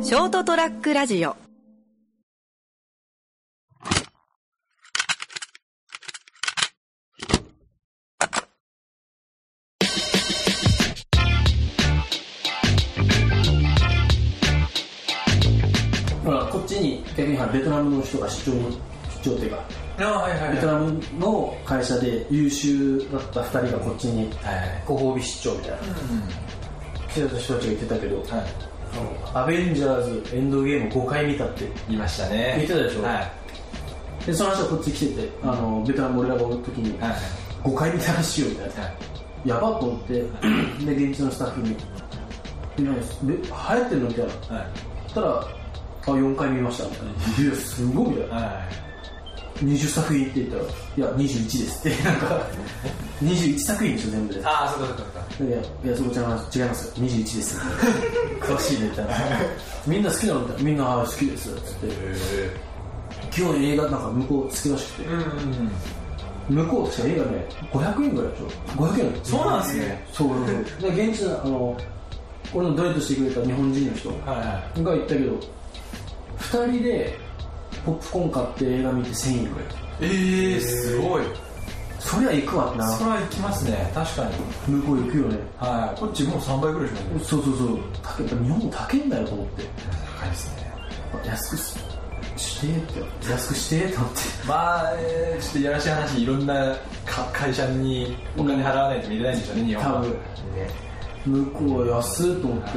ショートトラックラジオ。 ほらこっちに逆にベトナムの人が出張っていうか、ベトナムの会社で優秀だった2人がこっちにご褒美出張みたいな、来てた人たちが言ってたけど、アベンジャーズエンドゲーム5回見たって言いましたね。 言ってたでしょ、でその話がこっち来てて、ベトナム俺らがおるときに、5回見たらしいよみたいな、やばっと思って、で現地のスタッフに流行ってるのみたいな、たら4回見ましたみたいな、いやすごいみたいな、20作品って言ったら、いや21ですって、なんか21作品でしょ全部で。 そうか。 いやそこちゃん違いますよ、21です詳しいねみたいなみんな好きなのみたいな、みんな好きですって言って、今日映画なんか向こう好きらしくて、向こう確か映画ね500円ぐらいでしょ。500円。 そうなんですね。 そうで現地の俺のドレッドしてくれた日本人の人が言ったけど、2人でポップコーン買って映画見て1000円ぐらい。 すごい。 そりゃ行くわってな。 それは行きますね、確かに。 向こう行くよね。 こっちもう3倍ぐらいしますね。 そうやっぱ日本も高いんだよと思って。 高いですね。 安くしてって思って。 ちょっとやらしい話、いろんな会社にお金払わないと見れないんでしょうね、日本は。 多分向こうは安いと思って、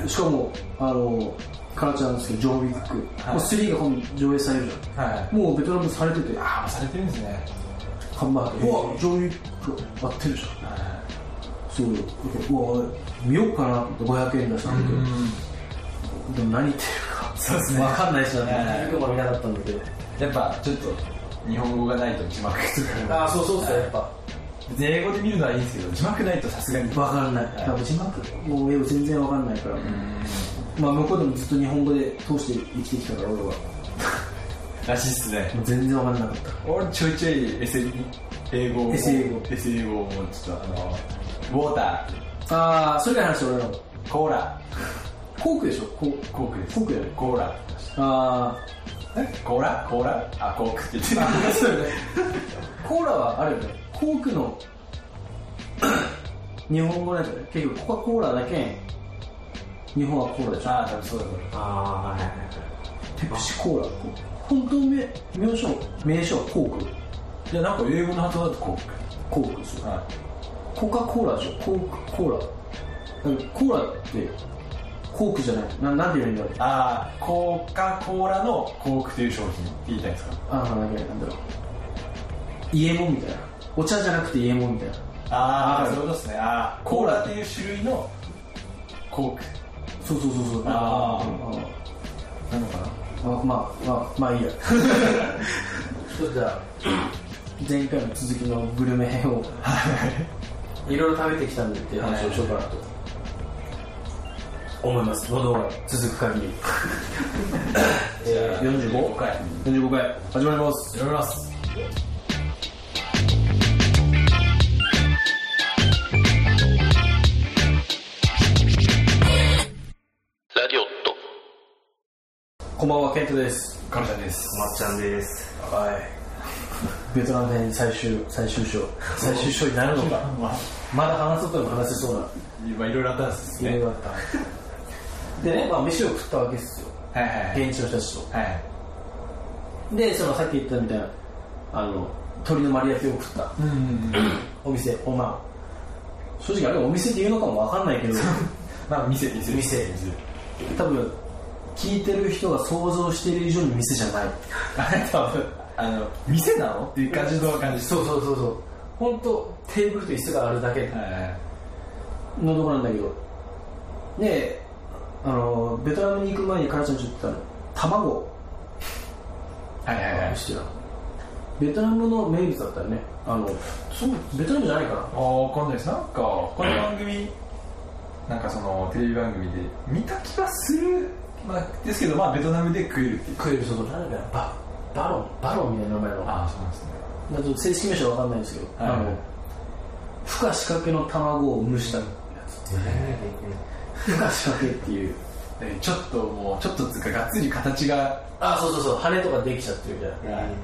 しかもカラちゃんですけど、ジョン・ウィック、もう3が今度上映されるじゃん、もうベトナムされてて、 されてるんですね。 看板で、うわジョン・ウィック合ってるじゃん、そううわ見ようかなって500円出したんだけど、でも何言ってるかそうですね、 分かんないしな、結構見なかったんで、 やっぱちょっと日本語がないと字幕とかそうっすよ、やっぱ英語で見るのはいいんですけど、字幕ないとさすがに分かんない、多分字幕もう英語全然分かんないから、向こうでもずっと日本語で通して生きてきたから俺はらしいっすね。 もう全然分かんなかった。 俺ちょいちょい英語をちょっとウォーター、それが話俺のコーラコークでしょ、コークです。コークだよね。 コーラコーラコークって言ってた。 そうよね。コーラはあるよね。コークの日本語なんだよね。結局コカ・コーラだけ日本はコーラでしょ。 多分そうだと。 ペプシコーラ。本当名称はコーク。 いやなんか英語の発音だとコークですよ。コカ・コーラでしょ。コークコーラ。コーラってコークじゃない。なんて言うんだろう。 コカ・コーラのコークという商品って言いたいですか。 なんだろう。イエモンみたいな。お茶じゃなくてイエモンみたいな。 そういうことですね。コーラっていう種類のコーク。 そう。 なのかな。 まあいいや。じゃあ前回の続きのグルメ編をいろいろ食べてきたんでっていう話をしようかなと思います。喉が続く限り。45回始まります。こんばんは、ケントです。 カルちゃんです。 まっちゃんです。 ベトナム編最終章になるのか。まだ話そうとも話せそうな。 いろいろあったんですね。 いろいろあった。でね、飯を食ったわけですよ。現地の人たちと。で、さっき言ったみたいな鶏の丸焼きを食った、お店。正直あれお店って言うのかもわかんないけど、 店。 多分聞いてる人が想像している以上に店じゃない。 多分店なのっていう感じの感じ。 そう本当テーブルと椅子があるだけのとこなんだけど、でベトナムに行く前にカラちゃんちょっと言った卵してた。ベトナムの名物だったよね。ベトナムじゃないかな。 わかんないです。なんかこの番組なんかそのテレビ番組で見た気がする。ですけどベトナムで食えるっていう。 そうなんだよ。バロンみたいな名前の。 そうなんですね。 ちょっと正式名称は分かんないんですけど、孵化仕掛けの卵を蒸したやつ。孵化仕掛けっていうちょっともうちょっとつかがっつり形がそう羽とかできちゃってるみたいな、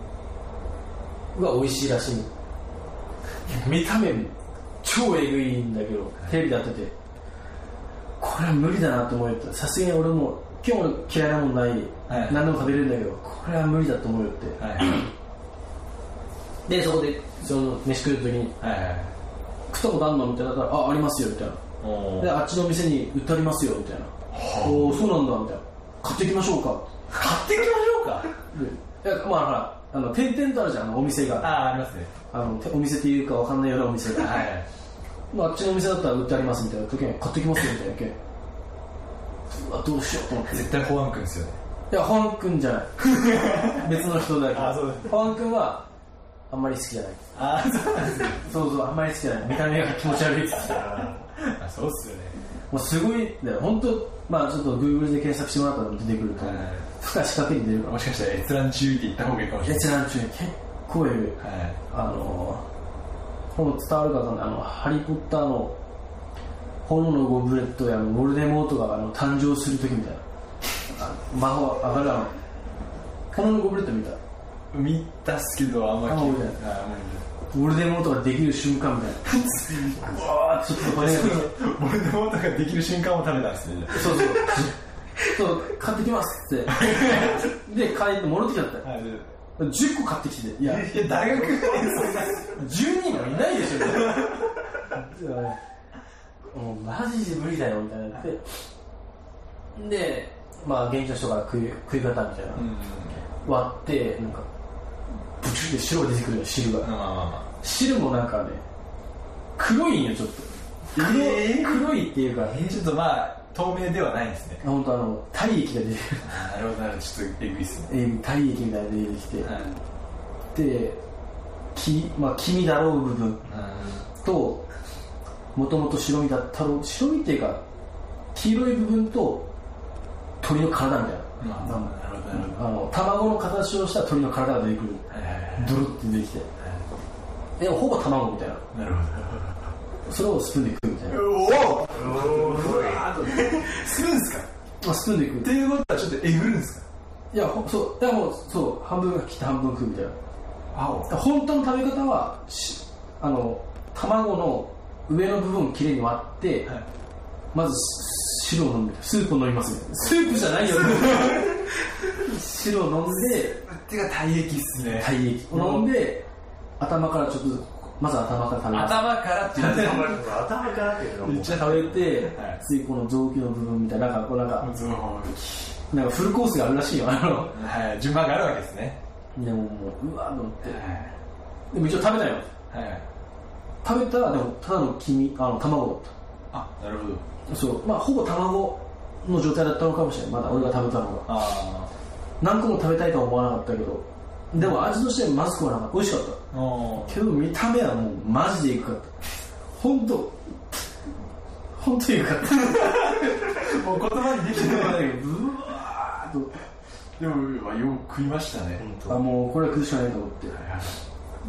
美味しいらしい見た目超えぐいんだけどテレビでやっててこれは無理だなと思って、さすがに俺も今日俺嫌いなもんない、何でも食べれるんだけどこれは無理だと思うよって、でそこでその飯食う時に、食ったことあんのみたいならありますよみたいなであっちの店に売ってありますよみたいなおおそうなんだみたいな買っていきましょうか買っていきましょうかいやまあほら点々とあるじゃんお店がありますねお店っていうかわかんないようなお店がまあ、あっちのお店だったら売ってありますみたいな時に買ってきますよみたいなけうわどうしようと思って絶対保安くんですよねいや保安くんじゃない別の人だけどそうです保安くんはあんまり好きじゃないそうなんですねそうあんまり好きじゃない見た目が気持ち悪いって言ってたそうっすよねもうすごいだよ本当まあちょっと Google で検索してもらったら出てくると思う負荷仕掛けに出るからもしかしたら閲覧注意って言った方がいいかもしれない閲覧注意結構いるこの伝わるかわかんないハリー・ポッターの炎のゴブレットやモルデモートが誕生する時みたいな魔法上がる炎のゴブレット見た見たっすけどあんまりモルデモートができる瞬間みたいなわーちょっとこれモルデモートができる瞬間を食べたんですねそう買ってきますってで帰って戻ってきちゃったよ、10個買ってきていや大学 10人はいないでしょもうマジで無理だよみたいなでまあ現地の人から食い方みたいな、割ってなんかブチュって白が出てくるよ汁が、汁もなんかね黒いんよちょっと黒いっていうかちょっとまあ透明ではないんですね本当体液が出てくるなるほどちょっとエグいっすね体液みたいなの出てきて、で黄身だろう部分ともともと白身だったろう白身っていうか黄色い部分と鳥の体みたいな、卵の形をした鳥の体が出てくる、ドロって出てきて、でもほぼ卵みたいな、 なるほどそれをスプーンで食うみたいなするんですかスプーンで食うっていうことはちょっとえぐるんですかいやそうだからもうそう半分切って半分食うみたいな本当の食べ方は卵の上の部分をきれいに割って、まず汁を飲んでスープを飲みますねスープじゃないよ汁を飲んでてか体液っすね体液を飲んで頭からちょっとまず頭から食べます頭からっていう頭からっていうのも食べて、次この臓器の部分みたいななんかフルコースがあるらしいよ順番があるわけですねでももううわーと思って、でも一応食べたよ、食べたらでもただの卵だった。 なるほど。 そうまあほぼ卵の状態だったのかもしれない。まだ俺が食べたのが何個も食べたいとは思わなかったけど、でも味としてまずくはなかった。美味しかったけど見た目はもうマジでエグかった。本当エグかったもう言葉にできない。 うわーっとでもよく食いましたね。 もうこれは食うしかないと思って、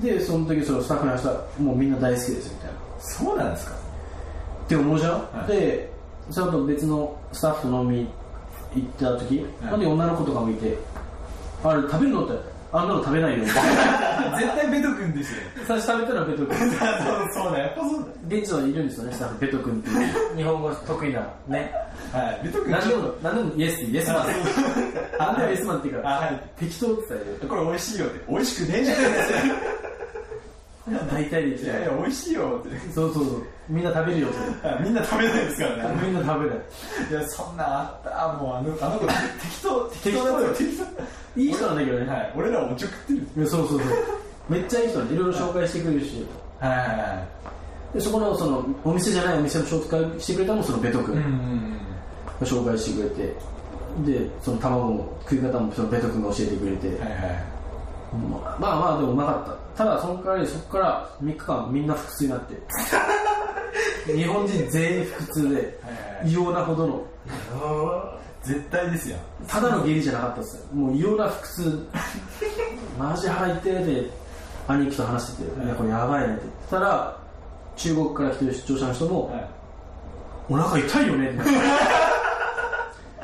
でその時そのスタッフの話はもうみんな大好きですみたいな。 そうなんですかって思うじゃん、でその後別のスタッフと飲み行った時、女の子とかもいて、あれ食べるのってあんなの食べないよ絶対ベト君ですよ最初食べたのはベト君そうだやっぱそうだ。 現地はいるんですよねスタッフベト君っていう日本語得意なね、 ベト君何でもイエスマンあんなイエスマンっていうから適当って言ったらこれ美味しいよって美味しくねえじゃないですか大体できない。 いや美味しいよって。 そうみんな食べるよってみんな食べないですからね。 みんな食べない。 いやそんなあったもうあの子適当だよいい人なんだけどね。 俺らおちょくってる。 いやそうめっちゃいい人なんでいろいろ紹介してくれるし、でそこのそのお店じゃないお店の紹介してくれたのもそのベト君が紹介してくれて、でその卵の食い方もそのベト君が教えてくれて、まあでもうまかった。ただそこから3日間みんな腹痛になって日本人全員腹痛で異様なほどの絶対ですよ。 ただの下痢じゃなかったですよ。もう異様な腹痛マジ腹痛で兄貴と話してて、いやこれやばいねって言ったら中国から来てる出張者の人も、お腹痛いよねって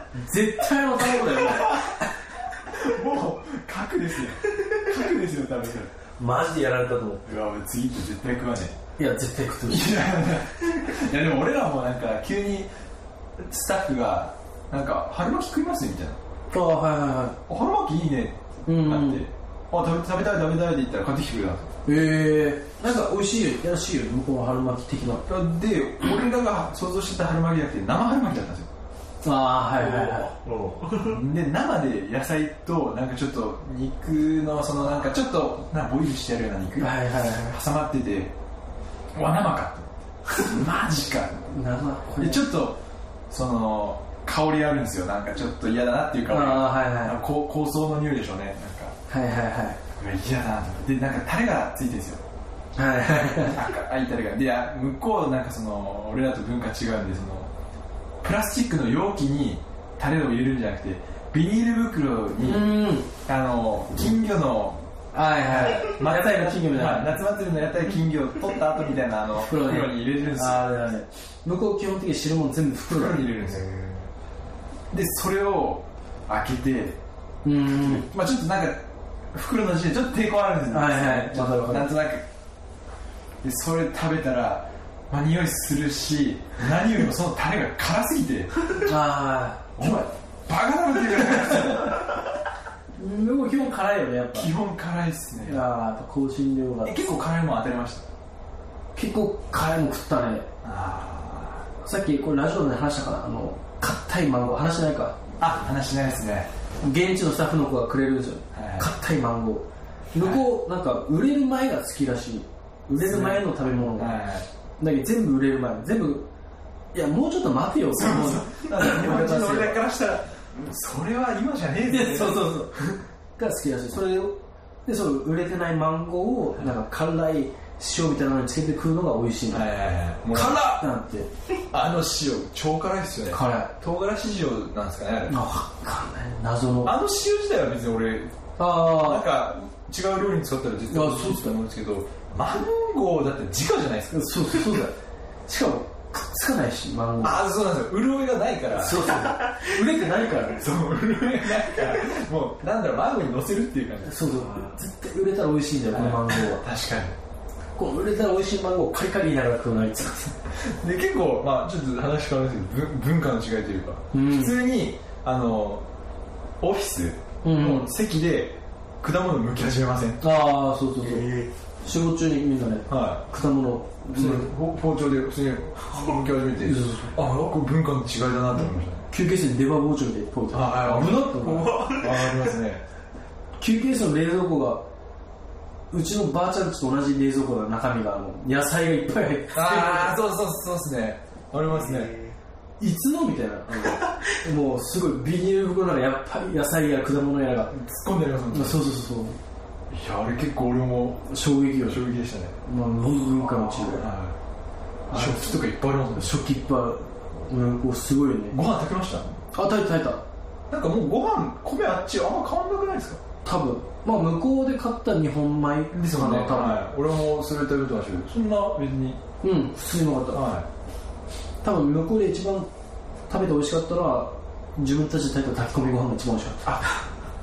絶対の卵だよもう核ですよ核ですよ多分マジでやられたと思う。 うわ俺次って絶対食わねいや絶対食ってる。 いやでも俺らもなんか急にスタッフがなんか春巻き食いますみたいな、 ああはいはいは春巻きいいねってなって、あ食べたいって言ったら買ってきてくれたんい。なんか美味しいらしいよ向こうの春巻き的な。 で俺らが想像してた春巻きじゃなくて生春巻きだったんですよ。 ああはいはいはいで生で野菜となんかちょっと肉のそのなんかちょっとボイルしてやるような肉はいはいはい挟まってて、わ生かとマジか生でちょっとその香りあるんですよ。なんかちょっと嫌だなっていう香り。 ああはいはい香草の匂いでしょうね。 はいはいはい嫌だなと思って、でなんかタレがついてるんですよ。 はいはい赤いタレがで向こうなんかその俺らと文化違うんで、そのプラスチックの容器にタレを入れるんじゃなくてビニール袋に金魚のはいはい屋台の金魚みたいな、 夏祭りの屋台金魚を取った後みたいな袋に入れるんですよ。 向こう基本的に汁物全部袋に入れるんですよ。でそれを開けてまあちょっとなんか袋の時点でちょっと抵抗あるんですよ。 はいはいなんとなくでそれ食べたら匂いするし、何よりもそのタレが辛すぎてああお前バカだろって言われるんですよ。 向こう基本辛いよねやっぱ。 基本辛いっすね。 ああ香辛料が結構辛いもん当たりました。 結構辛いもん食ったね。さっきこれラジオで話したかな、硬いマンゴー話してないか。 話してないですね。 現地のスタッフの子がくれるんですよ、硬いマンゴー。向こうなんか売れる前が好きらしい。売れる前の食べ物だけど全部売れる前全部いやもうちょっと待てよ。 そう日本人の俺らからしたらそれは今じゃねえぜ。 そうが好きらしい。それでその売れてないマンゴーをなんか辛い塩みたいなのにつけて食うのが美味しいんだ。辛っなんて塩超辛いっすよね。 辛い唐辛子塩なんですかねあれ。 分かんない謎の塩自体は別に俺なんか違う料理に使ったら絶対美味しいと思うんですけど、マンゴーだって直じゃないですか。 そうだしかもくっつかないしマンゴー。 そうなんですよ。潤いがないから売れてないからね。 そう潤いがないからもうなんだろうマンゴーに乗せるっていう感じ。 そう絶対売れたら美味しいんだよこのマンゴーは。確かにこの売れたら美味しいマンゴーをカリカリ言いながら食うのはいつかで結構ちょっと話変わるんですけど文化の違いというか、普通にオフィスの席で果物剥き始めません？ そう仕事中にみんなね、果物包丁で普通に剥き始めてこれ文化の違いだなと思いました。 休憩室に出刃包丁でポイ危なっと思う。 ありますね。 休憩室の冷蔵庫がうちのばあちゃんちと同じ冷蔵庫の中身が野菜がいっぱい入っててそうですね。ありますね。 いつのみたいなもうすごいビニール袋ならやっぱり野菜や果物やらが突っ込んでありますもんね。 そういやあれ結構俺も衝撃でしたね。 文化の違い。 食器とかいっぱいありますもんね。 食器いっぱいすごいよね。 ご飯炊きました？ 炊いたなんかもうご飯米あっちあんま変わんなくないですか？ 多分向こうで買った日本米ですよね。俺もそれ食べてましたけどそんな別に普通にうまかった。多分向こうで一番食べて美味しかったのは自分たちで炊いた炊き込みご飯が一番美味しかった。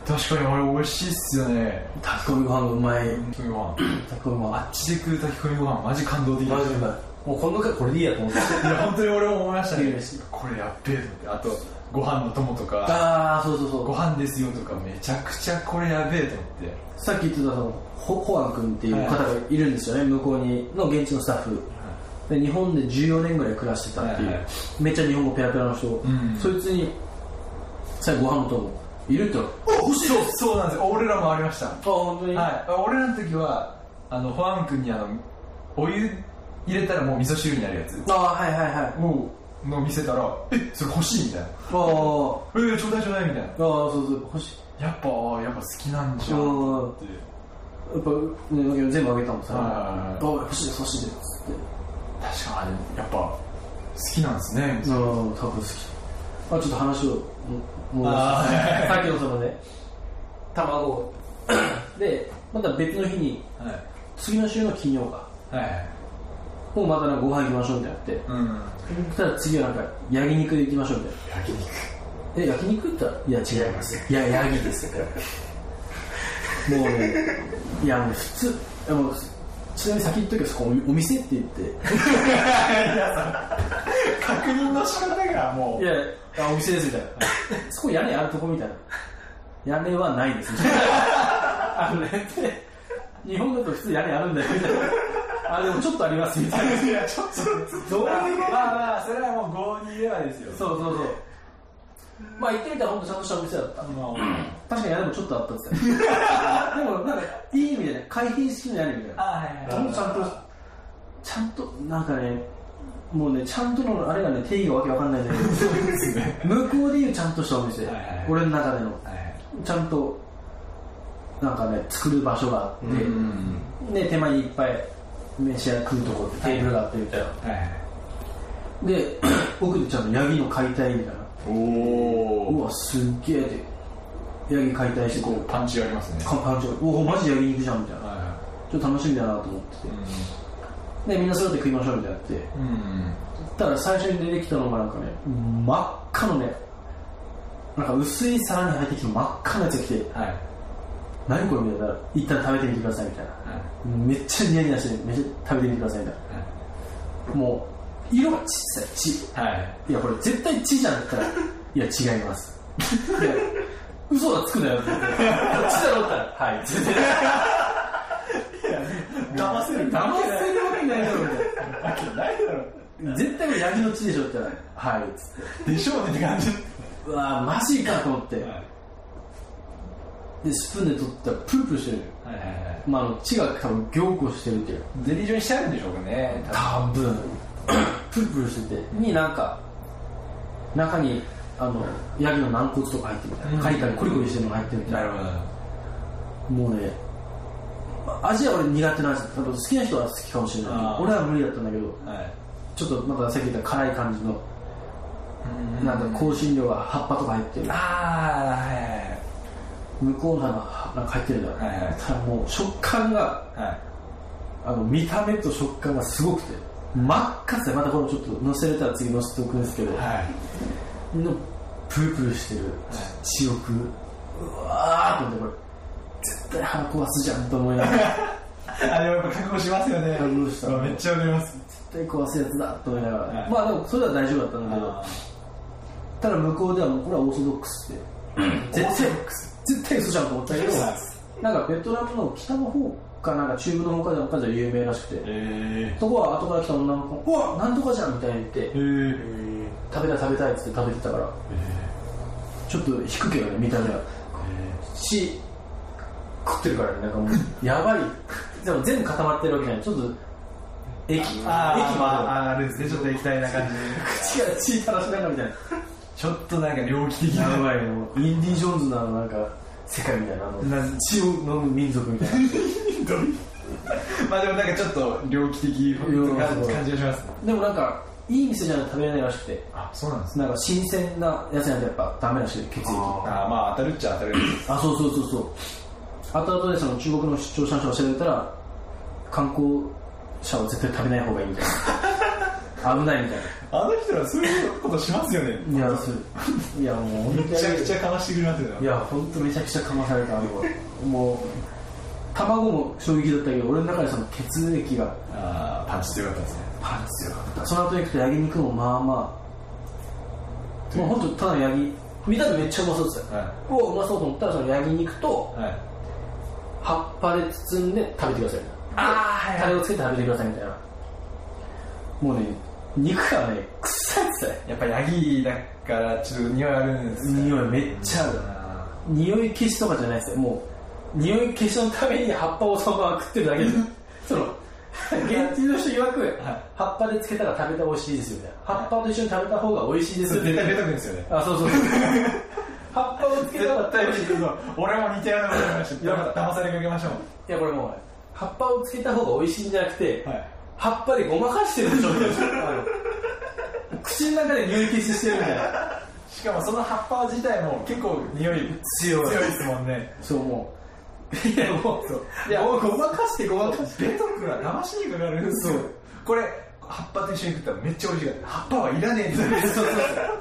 確かにあれ美味しいっすよね。 炊き込みご飯がうまい。 炊き込みご飯あっちで食う炊き込みご飯マジ感動的。 マジうまい。もうこの回これでいいやと思って。いや本当に俺も思いましたね。これやっべえと思って。あとご飯の友とかそうご飯ですよとかめちゃくちゃこれやべえと思って。 さっき言ってたホアン君っていう方がいるんですよね、向こうにの現地のスタッフで日本で14年ぐらい暮らしてたっていう、めっちゃ日本語ペラペラの人、そいつに最後ご飯の友いるって欲しい。そうなんですよ。俺らもありました。 本当に。 俺らの時はホアン君にお湯入れたらもう味噌汁になるやつを見せたらそれ欲しいみたいな。ちょうだいちょうだいみたいな。 そう欲しい。 やっぱ好きなんじゃんって。 やっぱ全部あげたもんさ。欲しいですっつって。 確かにやっぱ好きなんですね。 多分好き。ちょっと話をさっきのそのね卵でまた別の日に次の週の金曜かもうまたご飯行きましょうみたいなって。そしたら次は焼肉で行きましょうみたいな。 焼肉って言ったら、いや違います、いやヤギですってもうね、いやもう普通、もうちなみに先言っとくけど、そこお店って言って確認の仕方がもう、 いやお店ですみたいなそこ屋根あるとこみたいな、屋根はないですみたいな日本だと普通屋根あるんだよみたいなでもちょっとありますみたいな、いやちょっとどういうまあそれはもう合に言えばですよ。 そうまあ行ってみたら本当ちゃんとしたお店だった、確かに屋根もちょっとあったって言ってたでもなんかいい意味でね、開閉式の屋根みたいな、ちゃんとなんかね、もうね、ちゃんとのあれがね、定義がわけわかんないんだけど向こうでいうちゃんとしたお店、俺の中での、ちゃんとなんかね、作る場所があって、で手前にいっぱい飯屋食うとこってテーブルがあってみたいな、で奥でちゃんとヤギの解体みたいな、うわすっげえってヤギ解体してこうパンチありますね。 パンチがおおマジヤギ肉じゃんみたいな、ちょっと楽しみだなと思ってて、でみんなそれで食いましょうみたいになって、ただ最初に出てきたのがなんかね、真っ赤のね、なんか薄い皿に入ってきて真っ赤なやつが来て、何これみたいな、一旦食べてみてくださいみたいな、めっちゃニヤニヤしてめっちゃ食べてみてくださいみたいな、もう色が小さい血、いやこれ絶対血じゃんって言ったら、いや違いますいや嘘がつくなよって言って、血だろって言ったらはいって騙せるわけないだろみないだろ、 たいな、絶対これヤギの血でしょって言ったらはいっつってでしょうねって感じ。 うわマジかと思って、でスプーンで取ったらプルプルしてる、血が多分凝固してるっていう、 ゼリー状にしてあるんでしょうかね、 多分プルプルしてて、になんか中にヤギの軟骨とか入ってるみたいな、カリカリコリコリしてるのが入ってるみたいな、もうね、味は俺苦手なんですよ、多分好きな人は好きかもしれないけど、俺は無理だったんだけど、ちょっとまたさっき言った辛い感じのなんか香辛料が葉っぱとか入ってる、向こうのなんか入ってるんだよ、ただもう食感が、見た目と食感がすごくて真っ赤で、またこれちょっと乗せれたら次乗せておくんですけど、のプルプルしてる血を食う、うわーと思って、これ絶対腹壊すじゃんと思いながらでもやっぱ覚悟しますよね。 覚悟した、 めっちゃわかります。 絶対壊すやつだと思いながら、まあでもそれは大丈夫だったんだけど、ただ向こうではもうこれはオーソドックスで絶対嘘じゃんと思ったけど、なんかベトナムの北の方かなんか中部の方かでなんかじゃ有名らしくて、そこは後から来た女の子、うわなんとかじゃんみたいに言って、食べたいっつって食べてたから、ちょっと引くけどね、見た目は血食ってるからね、なんかもうやばいでも全部固まってるわけじゃない、ちょっと液あるんですね、ちょっと液体な感じで口から血垂らしながらみたいな、 ちょっとなんか猟奇的な、 やばいのインディ・ジョーンズのなんか世界みたいな、血を飲む民族みたいなまあでもなんかちょっと猟奇的な感じがしますね。 でもなんかいい店じゃないと食べれないらしくて、 そうなんですね。 なんか新鮮なやつなんてやっぱダメらしい、血液、 まあ当たるっちゃ当たるそう後々でその中国の出張者の人が調べたら、観光者は絶対食べない方がいいみたいな危ないみたいな、 あの人らそういうことしますよね。 いやもうめちゃくちゃかましてくれますよね。 いや本当めちゃくちゃかまされた、もう卵も衝撃だったけど、俺の中でその血液がパンチ強かったですね。 パンチ強かった。その後に行くとヤギ肉もまあまあ、もう本当ただのヤギ、見た目めっちゃうまそうですよ、うまそうと思ったら、そのヤギ肉と葉っぱで包んで食べてください、タレをつけて食べてくださいみたいな、もうね肉がね臭いっすね、 やっぱヤギだからちょっと匂いあるんですね。 匂いめっちゃある、匂い消しとかじゃないですよ、もう匂い消しのために葉っぱをそのまま食ってるだけでその現地の人曰く、葉っぱでつけたら食べたら美味しいですよみたいな、葉っぱと一緒に食べた方が美味しいですよ絶対出てくるんですよね。 そう葉っぱをつけたら美味しいですよ。 俺も似たようなこと思いました。騙されかけましょう。 いやこれもう葉っぱをつけた方が美味しいんじゃなくて、葉っぱでごまかしてるでしょみたいな口の中で匂い消ししてるみたいな、 しかもその葉っぱ自体も結構匂い強いですもんね。 そうもういやもうごまかしてベトクは騙しにかかるんですよ。これ葉っぱと一緒に食ったらめっちゃ美味しいから、葉っぱはいらねえんだよ。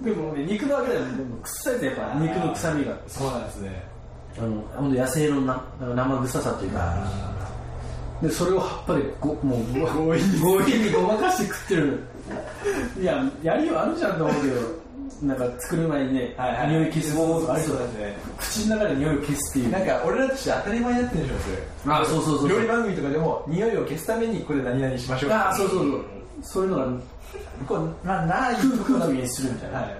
でもね、肉のわけだよね。でも臭いですやっぱ肉の臭みが。 そうなんですね。 ほんと野生の生臭さというか。でそれを葉っぱでもう強引にごまかして食ってる。いや、やりはあるじゃんと思うけど、なんか作る前にね、匂い消す方法がありそうだね。口の中で匂いを消すっていう。 なんか俺らとして当たり前になってるんでしょ、それ。 あ、そうそうそう。 料理番組とかでも匂いを消すためにこれ何々しましょう。 あ、そうそうそう。そういうのがこうない空気にするみたいな。はい、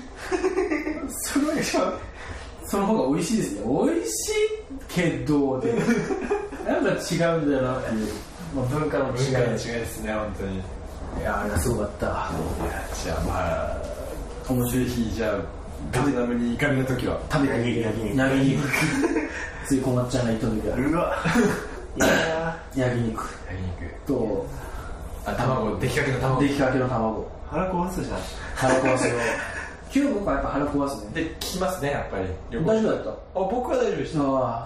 その方が美味しいですね。美味しいけどでなんか違うんだよなっていう、まあ、文化の違いですね、本当に。 いや、あれがすごかった。いや、 じゃあまあ面白い日、じゃあベトナムに行かれた時は食べて焼肉ついこまっちゃんがいた時はうわ焼肉と卵、出来かけの卵腹壊すじゃん。 腹壊すよ。今日僕はやっぱ腹壊すね。 で、聞きますね、やっぱり。 大丈夫だった。 僕は大丈夫でした。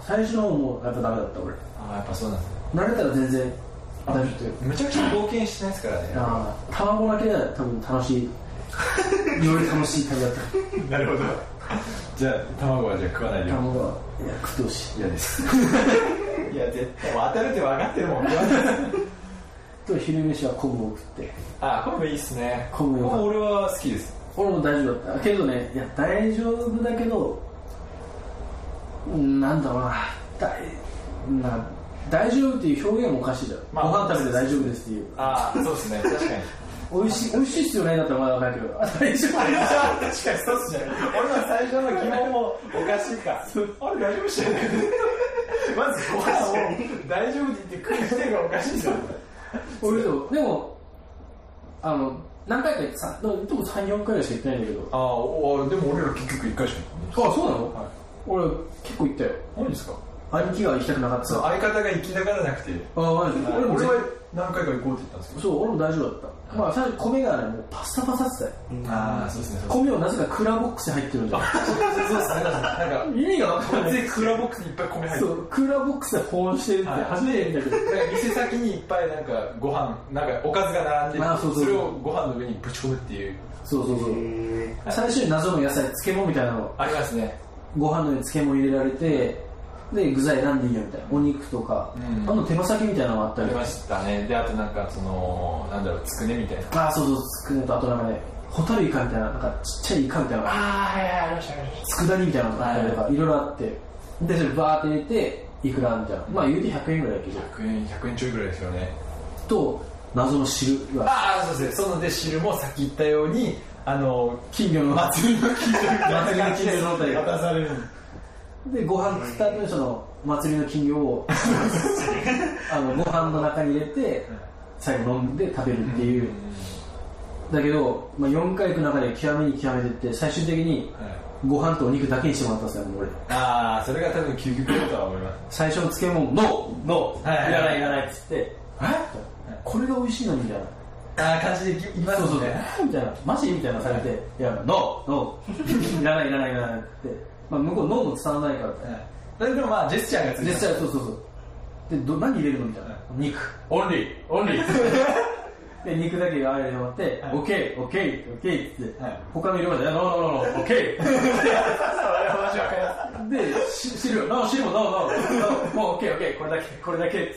最初の方もやっぱダメだった俺。 やっぱそうなんですね。 慣れたら全然大丈夫。 めちゃくちゃ冒険してないですからね。 卵だけで多分楽しい。より楽しい旅だった。 なるほど。じゃあ卵はじゃあ食わないで。 卵は食ってほしい。 嫌です。いや、絶対当たるって分かってるもん。 と昼飯は昆布を食って。 昆布いいっすね。 昆布俺は好きです。 俺も大丈夫だったけどね、いや大丈夫だけど、なんだろうな、大丈夫っていう表現もおかしいじゃん。ご飯食べて大丈夫ですっていう。 そうですね、確かに。 美味しいっすよねだったらまだ分かるけど、大丈夫です。確かにそうっすね。俺は最初の疑問もおかしいか。あれ大丈夫っすよね。まずご飯を大丈夫って言って食いしてるがおかしいですよ。 俺でも何回か行ってさ、でも3、4回しか行ってないんだけど。 でも俺ら結局1回しか行ってない。 そうなの？はい。俺結構行ったよ。 何ですか？ 兄貴が行きたくなかった。 そう、相方が行きたがらなくて。 マジで。 俺は何回か行こうって言ったんですけど。 そう、俺も大丈夫だった。まあ最初米がね、もうパサパサってたよ。そうですね。 米をなぜかクーラーボックスに入ってるんだよ。 そうですね。なんか意味が分かんない。 クーラーボックスにいっぱい米入ってる。 そう、クーラーボックスで保温してるって初めて見たけど。 店先にいっぱいなんかご飯、なんかおかずが並んで、それをご飯の上にぶち込むっていう。 そう。最初に謎の野菜、漬物みたいなのありますね。 ご飯の上に漬物入れられて、で具材選んでいいよみたいな、お肉とか、手羽先みたいなのもあったり。 ありましたね。で、あとなんかなんだろう、つくねみたいな。 そう、つくねと、あとなんかね、ホタルイカみたいな、なんかちっちゃいイカみたいな。 ありました。 佃煮みたいなのがあったりとか、いろいろあって、で、それバーって入れて、いくらみたいな。まあ言うて100円ぐらいだけど。 100円ちょいぐらいですよね。 と、謎の汁が。 そうですね。そので汁もさっき言ったように、 金魚の祭りの金魚の体が渡される。 で、ご飯食った後にその祭りの金魚をご飯の中に入れて最後飲んで食べるっていう、だけど、4回行く中で極めに極めてって最終的にご飯とお肉だけにしてもらったんですよ、俺。 それが多分究極だとは思います。 最初の漬物ノーいらないっつってこれが美味しいのにみたいな感じで言いますね。 そうみたいな、マジみたいなされて、いやノーいらないって向こうノーも伝わらないからでもジェスチャーがついてる。 そうで何入れるのみたいな、肉オンリーで肉だけが入れてもらってオッケーって他の色までノーオッケーで汁もノーもうオッケーこれだけ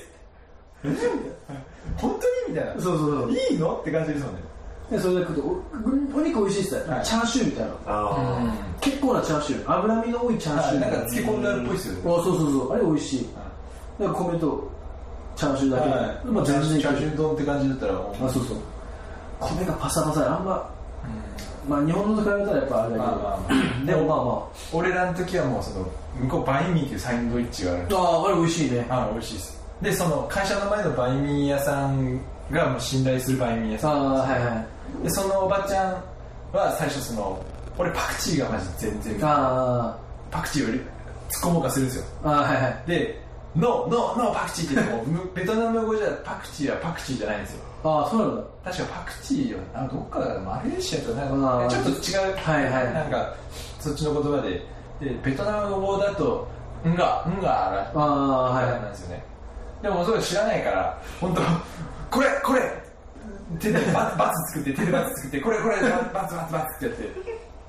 本当にみたいな。 そういいのって感じですもんね。 でそれで食うとお肉美味しいっすよ、チャーシューみたいな、結構なチャーシュー、脂身の多いチャーシュー、 なんか漬け込んであるっぽいっすよね。 そうあれ美味しい。だから米とチャーシューだけ、全然チャーシュー丼って感じだったらそう米がパサパサであんま日本のと比べたらやっぱあれだけど、でも俺らの時はもう向こうバインミーっていうサンドイッチがある。 あれ美味しいね。 美味しいです。でその会社の前のバインミー屋さんがもう信頼するバインミー屋さんで、そのおばちゃんは最初俺パクチーがマジ全然パクチーを突っ込もうかするんですよ。でノーパクチーって言ってもベトナム語じゃパクチーはパクチーじゃないんですよ。 そうなんだ。 確かパクチーはどっかマレーシアとなんかちょっと違う、なんかそっちの言葉でベトナム語だとんがなんですよね。でもそれ知らないから本当これ手でバツ作ってこれバツってやって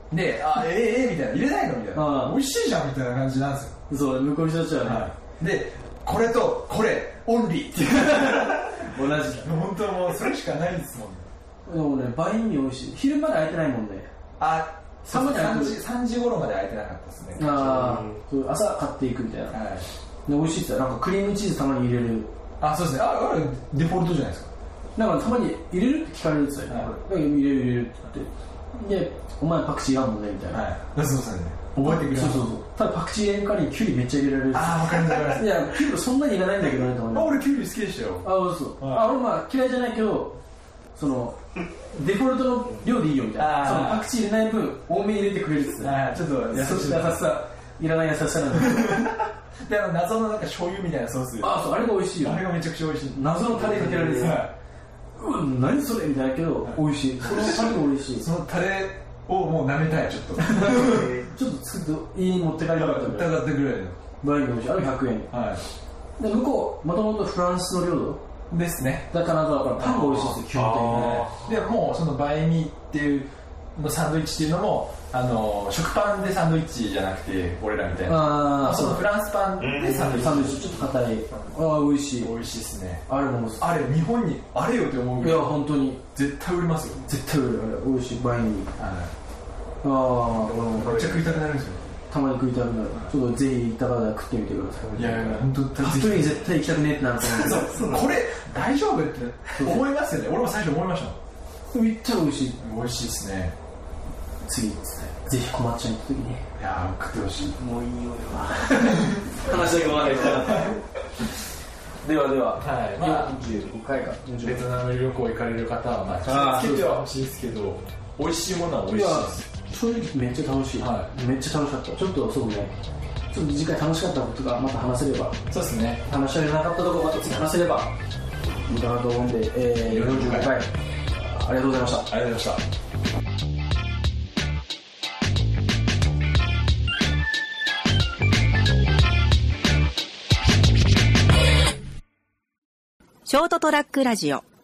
で、みたいな、入れないのみたいな、美味しいじゃんみたいな感じなんですよ。 そう、向こうの人たちはね、 はい、で、これとこれオンリーっていう同じだ。 本当もうそれしかないですもんね。 でもね、倍に美味しい。昼まで空いてないもんね。 3時頃まで空いてなかったですね。 朝買っていくみたいな。 はい、 で美味しいって言ったら、なんかクリームチーズたまに入れる。 そうですね。あれデフォルトじゃないですか。 なんかたまに入れるって聞かれるんですよ。入れるって言って。で、お前パクチーいらんもんねみたいな。 はい。そうですね。覚えてくれる。 そう。ただパクチー入れる代わりにキュウリめっちゃ入れられる。 わかります。 いや、キュウリそんなにいらないんだけどね、たまに。 俺キュウリ好きでしたよ。 そう。俺嫌いじゃないけど、そのデフォルトの量でいいよみたいな。そのパクチー入れない分多めに入れてくれるっつって。 ちょっと優しさ、いらない優しさなんだ。 で、謎のなんか醤油みたいなソース。 そう、あれが美味しいよ。 あれがめちゃくちゃ美味しい。 謎のタレかけられる。何それみたいだけど美味しい。そのタレが美味しい。 そのタレをもう舐めたい、ちょっと。 ちょっと作って家に持って帰りたかったぐらい。 ぐらい倍に美味しい。あれ100円。で、向こう、もともとフランスの領土ですね。 だからパンが美味しいですよ、基本的に。 で、もうそのバインミーっていうのサンドイッチっていうのも、食パンでサンドイッチじゃなくて、俺らみたいな。そのフランスパンでサンドイッチ。 ちょっと硬い。美味しい。 美味しいですね。 あれもあれ、日本にあれよって思うぐらい。 いや、本当に。 絶対売りますよ。 絶対売る。あれ、美味しい。バインミー。 めっちゃ食いたくなるんですよ。 たまに食いたくなる。ちょっとぜひ行った方は食ってみてください。 いや、本当一人に絶対行きたくねえってなると思う。これ、大丈夫って思いますよね。俺も最初思いました。 めっちゃ美味しい。 美味しいですね。 次、ぜひ困っちゃん行った時に。 いやー、食ってほしい。 もういいよ、話だけまだ行きたかった。では、45回か。 ベトナム旅行行かれる方は、気をつけてはほしいですけど、美味しいものは美味しいです。 正直めっちゃ楽しい。めっちゃ楽しかった。ちょっとそうね。ちょっと次回楽しかったことがまた話せれば。 そうですね。 話し合いなかったところまた次話せればいいかなと思うんで、45回ありがとうございました。 ありがとうございました。 ショートトラックラジオ